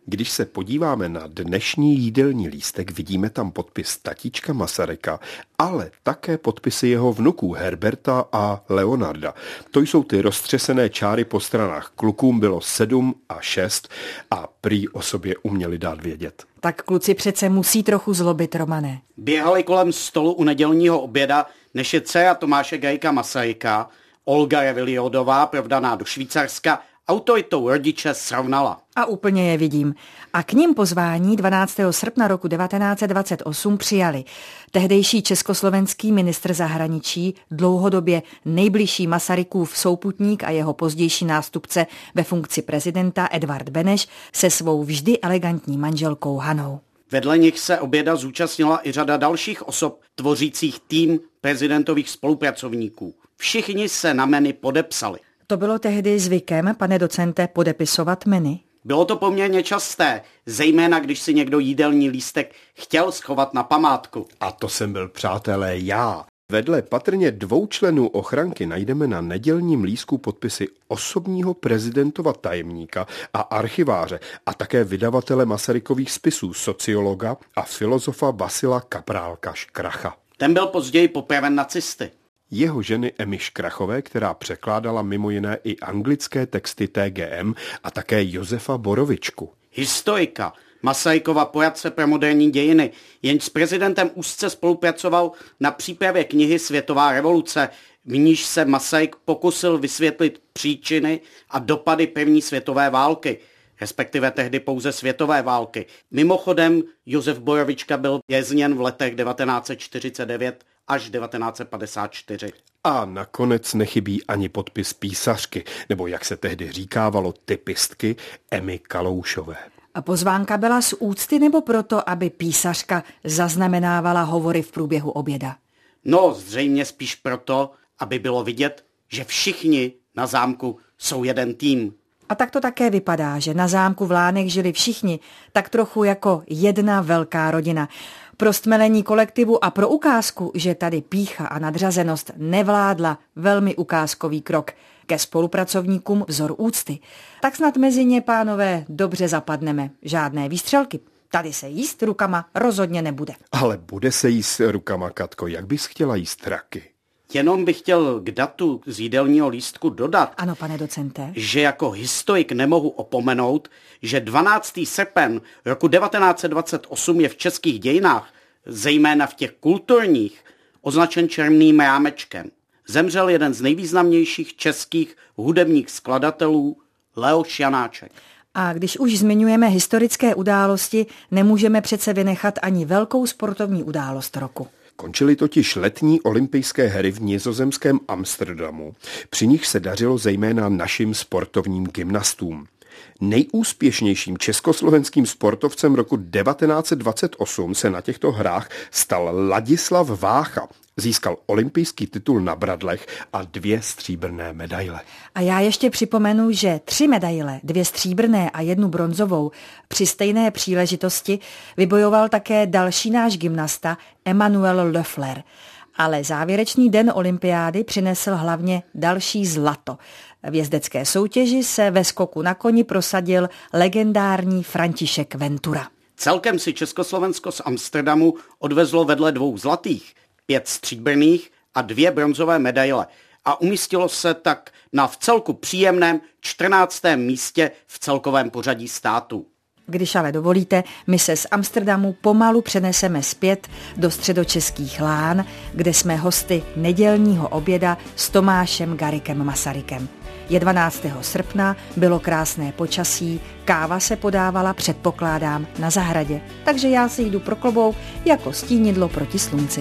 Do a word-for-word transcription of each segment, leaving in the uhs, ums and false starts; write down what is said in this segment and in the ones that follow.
Když se podíváme na dnešní jídelní lístek, vidíme tam podpis tatíčka Masaryka, ale také podpisy jeho vnuků Herberta a Leonarda. To jsou ty roztřesené čáry po stranách. Klukům bylo sedm a šest a prý o sobě uměli dát vědět. Tak kluci přece musí trochu zlobit, Romane. Běhali kolem stolu u nedělního oběda, než je dcera Tomáše Garrigua Masaryka, Olga Reviliodová, provdaná do Švýcarska, autoritou rodiče srovnala. A úplně je vidím. A k ním pozvání dvanáctého srpna roku devatenáct set dvacet osm přijali tehdejší československý ministr zahraničí, dlouhodobě nejbližší Masarykův souputník a jeho pozdější nástupce ve funkci prezidenta Edvard Beneš se svou vždy elegantní manželkou Hanou. Vedle nich se oběda zúčastnila i řada dalších osob tvořících tým prezidentových spolupracovníků. Všichni se na menu podepsali. To bylo tehdy zvykem, pane docente, podepisovat menu? Bylo to poměrně časté, zejména když si někdo jídelní lístek chtěl schovat na památku. A to jsem byl, přátelé, já. Vedle patrně dvou členů ochranky najdeme na nedělním lístku podpisy osobního prezidentova tajemníka a archiváře a také vydavatele Masarykových spisů, sociologa a filozofa Vasila Kaprálka Škracha. Ten byl později popraven nacisty. Jeho ženy Emmy Škrachové, která překládala mimo jiné i anglické texty T G M a také Josefa Borovičku. Historika, Masarykova poradce pro moderní dějiny, jenž s prezidentem úzce spolupracoval na přípravě knihy Světová revoluce, v níž se Masaryk pokusil vysvětlit příčiny a dopady první světové války, respektive tehdy pouze světové války. Mimochodem, Josef Borovička byl vězněn v letech devatenáct set čtyřicet devět až devatenáct set padesát čtyři. A nakonec nechybí ani podpis písařky, nebo jak se tehdy říkávalo, typistky Emmy Kaloušové. A pozvánka byla z úcty nebo proto, aby písařka zaznamenávala hovory v průběhu oběda? No, zřejmě spíš proto, aby bylo vidět, že všichni na zámku jsou jeden tým. A tak to také vypadá, že na zámku v Lánech žili všichni, tak trochu jako jedna velká rodina. Pro stmelení kolektivu a pro ukázku, že tady pýcha a nadřazenost nevládla, velmi ukázkový krok ke spolupracovníkům vzor úcty. Tak snad mezi ně, pánové, dobře zapadneme. Žádné výstřelky. Tady se jíst rukama rozhodně nebude. Ale bude se jíst rukama, Katko, jak bys chtěla jíst raky? Jenom bych chtěl k datu z jídelního lístku dodat, ano, pane docente, že jako historik nemohu opomenout, že dvanáctého srpna roku devatenáct set dvacet osm je v českých dějinách, zejména v těch kulturních, označen černým rámečkem. Zemřel jeden z nejvýznamnějších českých hudebních skladatelů, Leoš Janáček. A když už zmiňujeme historické události, nemůžeme přece vynechat ani velkou sportovní událost roku. Končily totiž letní olympijské hry v nizozemském Amsterdamu. Při nich se dařilo zejména našim sportovním gymnastům. Nejúspěšnějším československým sportovcem roku devatenáct set dvacet osm se na těchto hrách stal Ladislav Vácha. Získal olympijský titul na bradlech a dvě stříbrné medaile. A já ještě připomenu, že tři medaile, dvě stříbrné a jednu bronzovou, při stejné příležitosti vybojoval také další náš gymnasta Emanuel Löffler. Ale závěrečný den olympiády přinesl hlavně další zlato. V jezdecké soutěži se ve skoku na koni prosadil legendární František Ventura. Celkem si Československo z Amsterdamu odvezlo vedle dvou zlatých, pět stříbrných a dvě bronzové medaile a umístilo se tak na vcelku příjemném čtrnáctém místě v celkovém pořadí států. Když ale dovolíte, my se z Amsterdamu pomalu přeneseme zpět do středočeských Lán, kde jsme hosty nedělního oběda s Tomášem Garriguem Masarykem. Je dvanáctého srpna, bylo krásné počasí, káva se podávala, předpokládám, na zahradě, takže já si jdu pro klobouk jako stínidlo proti slunci.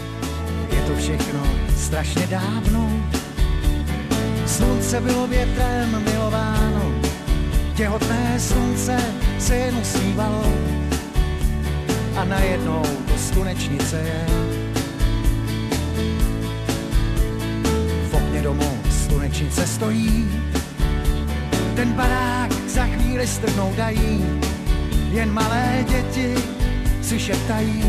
Je to všechno strašně dávno, slunce bylo větrem milováno, těhotné slunce se jen usmívalo a najednou to slunečnice je. V okně domu slunečnice stojí, ten barák za chvíli strhnou dají, jen malé děti si šeptají,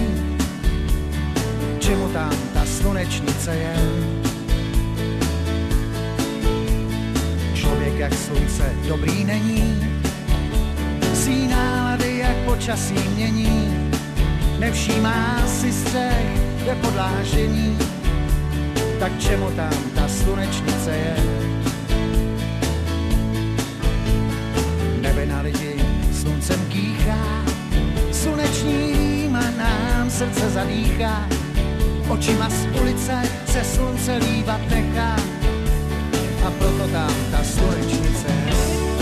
čemu tam ta slunečnice je. Člověk jak slunce dobrý není, síná počasí mění, nevšímá si střech, je podlážení, tak čemu tam ta slunečnice je? Nebe na lidi sluncem kýchá, slunečníma nám srdce zadýchá, očima z ulice se slunce líbat nechá, a proto tam ta slunečnice je.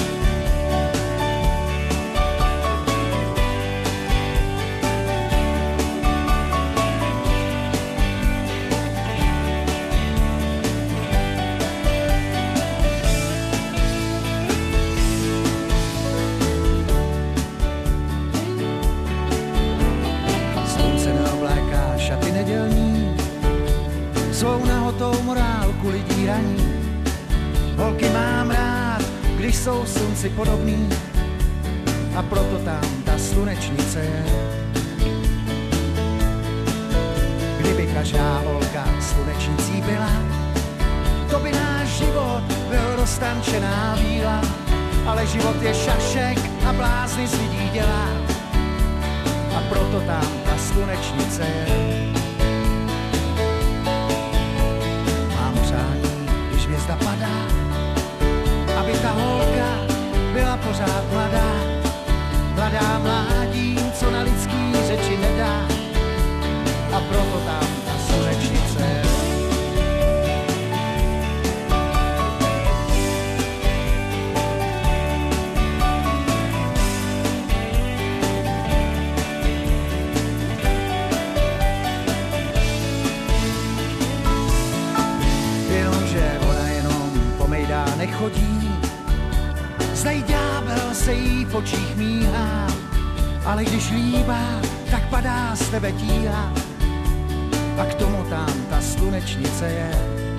Svou nahotou morálku lidí raní. Holky mám rád, když jsou slunci podobný, a proto tam ta slunečnice je. Kdyby každá holka slunečnicí byla, to by náš život byl roztančená víla, ale život je šašek a blázny z lidí dělá, a proto tam ta slunečnice je. Hvězda padá, aby ta holka byla pořád mladá, mladá mládím, co na lidský řeči nedá, a proto tam ta slunečnice je. Nechodí, zdej ďábel se jí v očích míhá, ale když líbá, tak padá z tebe tíha, a k tomu tam ta slunečnice je.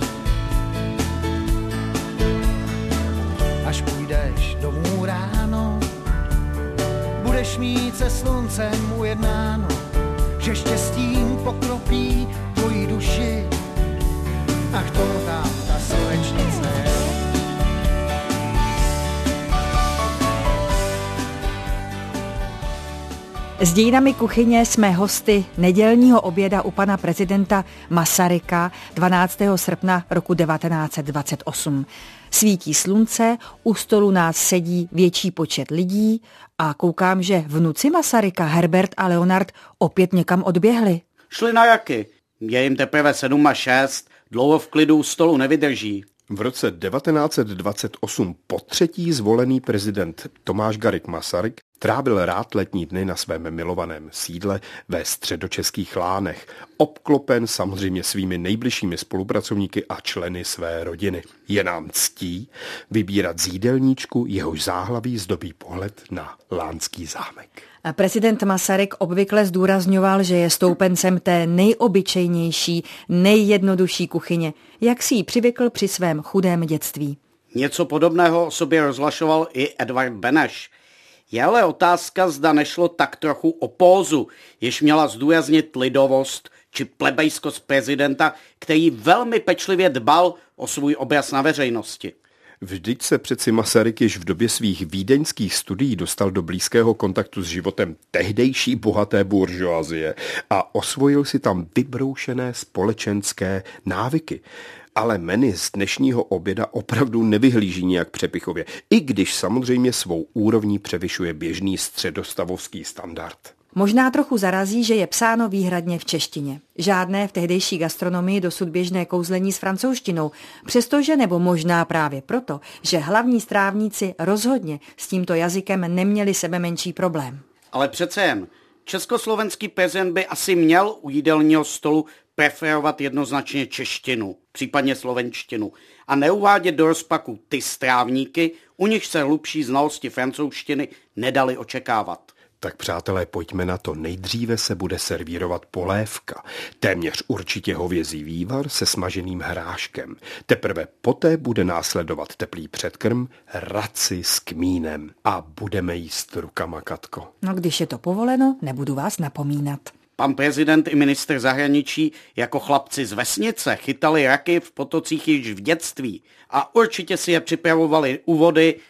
Až půjdeš domů ráno, budeš mít se sluncem ujednáno, že štěstím pokropí tvoji duši, a k tomu tam ta slunečnice je. S dějinami kuchyně jsme hosty nedělního oběda u pana prezidenta Masaryka dvanáctého srpna roku devatenáct set dvacet osm. Svítí slunce, u stolu nás sedí větší počet lidí a koukám, že vnuci Masaryka, Herbert a Leonard, opět někam odběhli. Šli na jaky? Je jim teprve sedm a šest, dlouho v klidu u stolu nevydrží. V roce devatenáct set dvacet osm potřetí zvolený prezident Tomáš Garrigue Masaryk trávil rád letní dny na svém milovaném sídle ve středočeských Lánech, obklopen samozřejmě svými nejbližšími spolupracovníky a členy své rodiny. Je nám ctí vybírat z jídelníčku, jehož záhlaví zdobí pohled na Lánský zámek. Prezident Masaryk obvykle zdůrazňoval, že je stoupencem té nejobyčejnější, nejjednodušší kuchyně, jak si ji přivykl při svém chudém dětství. Něco podobného o sobě rozhlašoval i Edvard Beneš. Je ale otázka, zda nešlo tak trochu o pózu, jež měla zdůraznit lidovost či plebejskost prezidenta, který velmi pečlivě dbal o svůj obraz na veřejnosti. Vždyť se přeci Masaryk již v době svých vídeňských studií dostal do blízkého kontaktu s životem tehdejší bohaté buržoazie a osvojil si tam vybroušené společenské návyky. Ale menu z dnešního oběda opravdu nevyhlíží nijak přepichově, i když samozřejmě svou úrovní převyšuje běžný středostavovský standard. Možná trochu zarazí, že je psáno výhradně v češtině. Žádné v tehdejší gastronomii dosud běžné kouzlení s francouzštinou, přestože nebo možná právě proto, že hlavní strávníci rozhodně s tímto jazykem neměli sebemenší problém. Ale přece jen, československý prezident by asi měl u jídelního stolu preferovat jednoznačně češtinu, případně slovenštinu, a neuvádět do rozpaku ty strávníky, u nich se hlubší znalosti francouzštiny nedali očekávat. Tak přátelé, pojďme na to. Nejdříve se bude servírovat polévka, téměř určitě hovězí vývar se smaženým hráškem. Teprve poté bude následovat teplý předkrm, raci s kmínem a budeme jíst rukama, Katko. No když je to povoleno, nebudu vás napomínat. Pan prezident i ministr zahraničí jako chlapci z vesnice chytali raky v potocích již v dětství a určitě si je připravovali u vody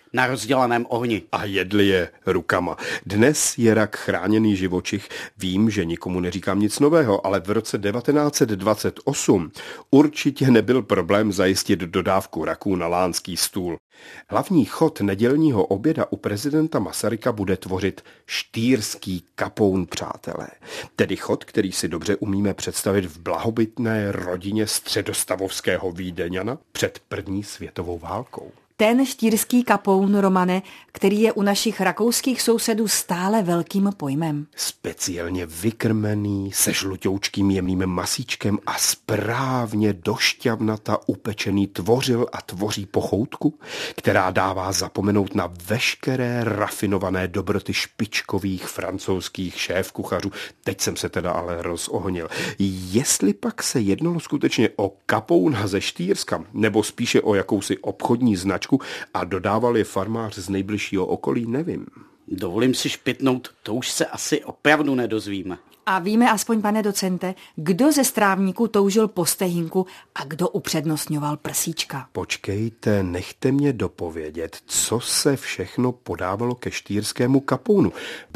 na rozděleném ohni. A jedli je rukama. Dnes je rak chráněný živočich. Vím, že nikomu neříkám nic nového, ale v roce devatenáct set dvacet osm určitě nebyl problém zajistit dodávku raků na lánský stůl. Hlavní chod nedělního oběda u prezidenta Masaryka bude tvořit štýrský kapoun, přátelé. Tedy chod, který si dobře umíme představit v blahobytné rodině středostavovského Vídeňana před první světovou válkou. Ten štýrský kapoun, Romane, který je u našich rakouských sousedů stále velkým pojmem. Speciálně vykrmený, se žlutoučkým jemným masíčkem a správně do šťavnata upečený tvořil a tvoří pochoutku, která dává zapomenout na veškeré rafinované dobroty špičkových francouzských šéfkuchařů. Teď jsem se teda ale rozohnil. Jestli pak se jednalo skutečně o kapouna ze Štýrska, nebo spíše o jakousi obchodní značku, a dodával je farmář z nejbližšího okolí, nevím. Dovolím si špitnout, to už se asi opravdu nedozvíme. A víme aspoň, pane docente, kdo ze strávníků toužil po stehínku a kdo upřednostňoval prsíčka. Počkejte, nechte mě dopovědět, co se všechno podávalo ke štýrskému kapounu.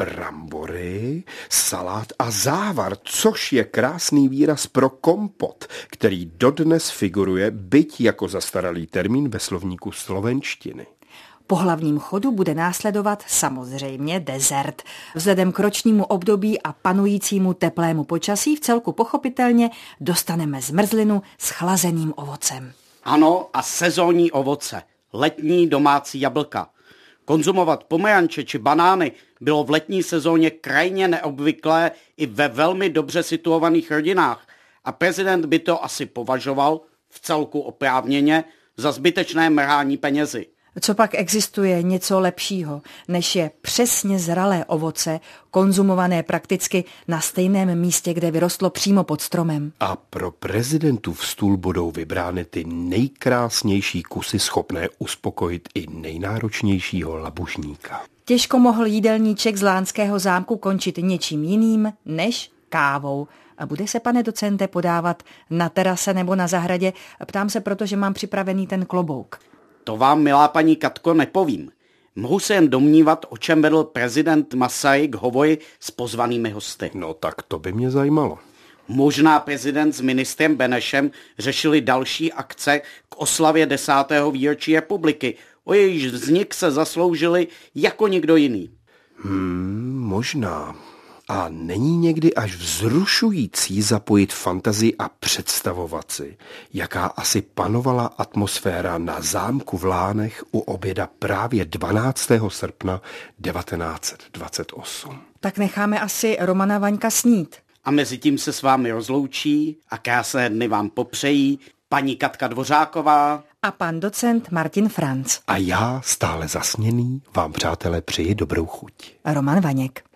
Brambory, salát a závar, což je krásný výraz pro kompot, který dodnes figuruje, byť jako zastaralý termín ve slovníku slovenštiny. Po hlavním chodu bude následovat samozřejmě dezert. Vzhledem k ročnímu období a panujícímu teplému počasí v celku pochopitelně dostaneme zmrzlinu s chlazeným ovocem. Ano, a sezónní ovoce, letní domácí jablka. Konzumovat pomeranče či banány bylo v letní sezóně krajně neobvyklé i ve velmi dobře situovaných rodinách a prezident by to asi považoval, v celku oprávněně, za zbytečné mrhání penězi. Co pak existuje něco lepšího, než je přesně zralé ovoce, konzumované prakticky na stejném místě, kde vyrostlo přímo pod stromem? A pro prezidentův stůl budou vybrány ty nejkrásnější kusy schopné uspokojit i nejnáročnějšího labužníka. Těžko mohl jídelníček z Lánského zámku končit něčím jiným než kávou. A bude se, pane docente, podávat na terase nebo na zahradě? Ptám se, protože mám připravený ten klobouk. To vám, milá paní Katko, nepovím. Mohu se jen domnívat, o čem vedl prezident Masaryk hovory s pozvanými hosty. No tak to by mě zajímalo. Možná prezident s ministrem Benešem řešili další akce k oslavě desátého výročí republiky, o jejíž vznik se zasloužili jako nikdo jiný. Hmm, možná. A není někdy až vzrušující zapojit fantazii a představovat si, jaká asi panovala atmosféra na zámku v Lánech u oběda právě dvanáctého srpna devatenáct set dvacet osm. Tak necháme asi Romana Vaňka snít. A mezi tím se s vámi rozloučí a krásné dny vám popřejí paní Katka Dvořáková a pan docent Martin Franc. A já, stále zasněný, vám, přátelé, přeji dobrou chuť. Roman Vaněk.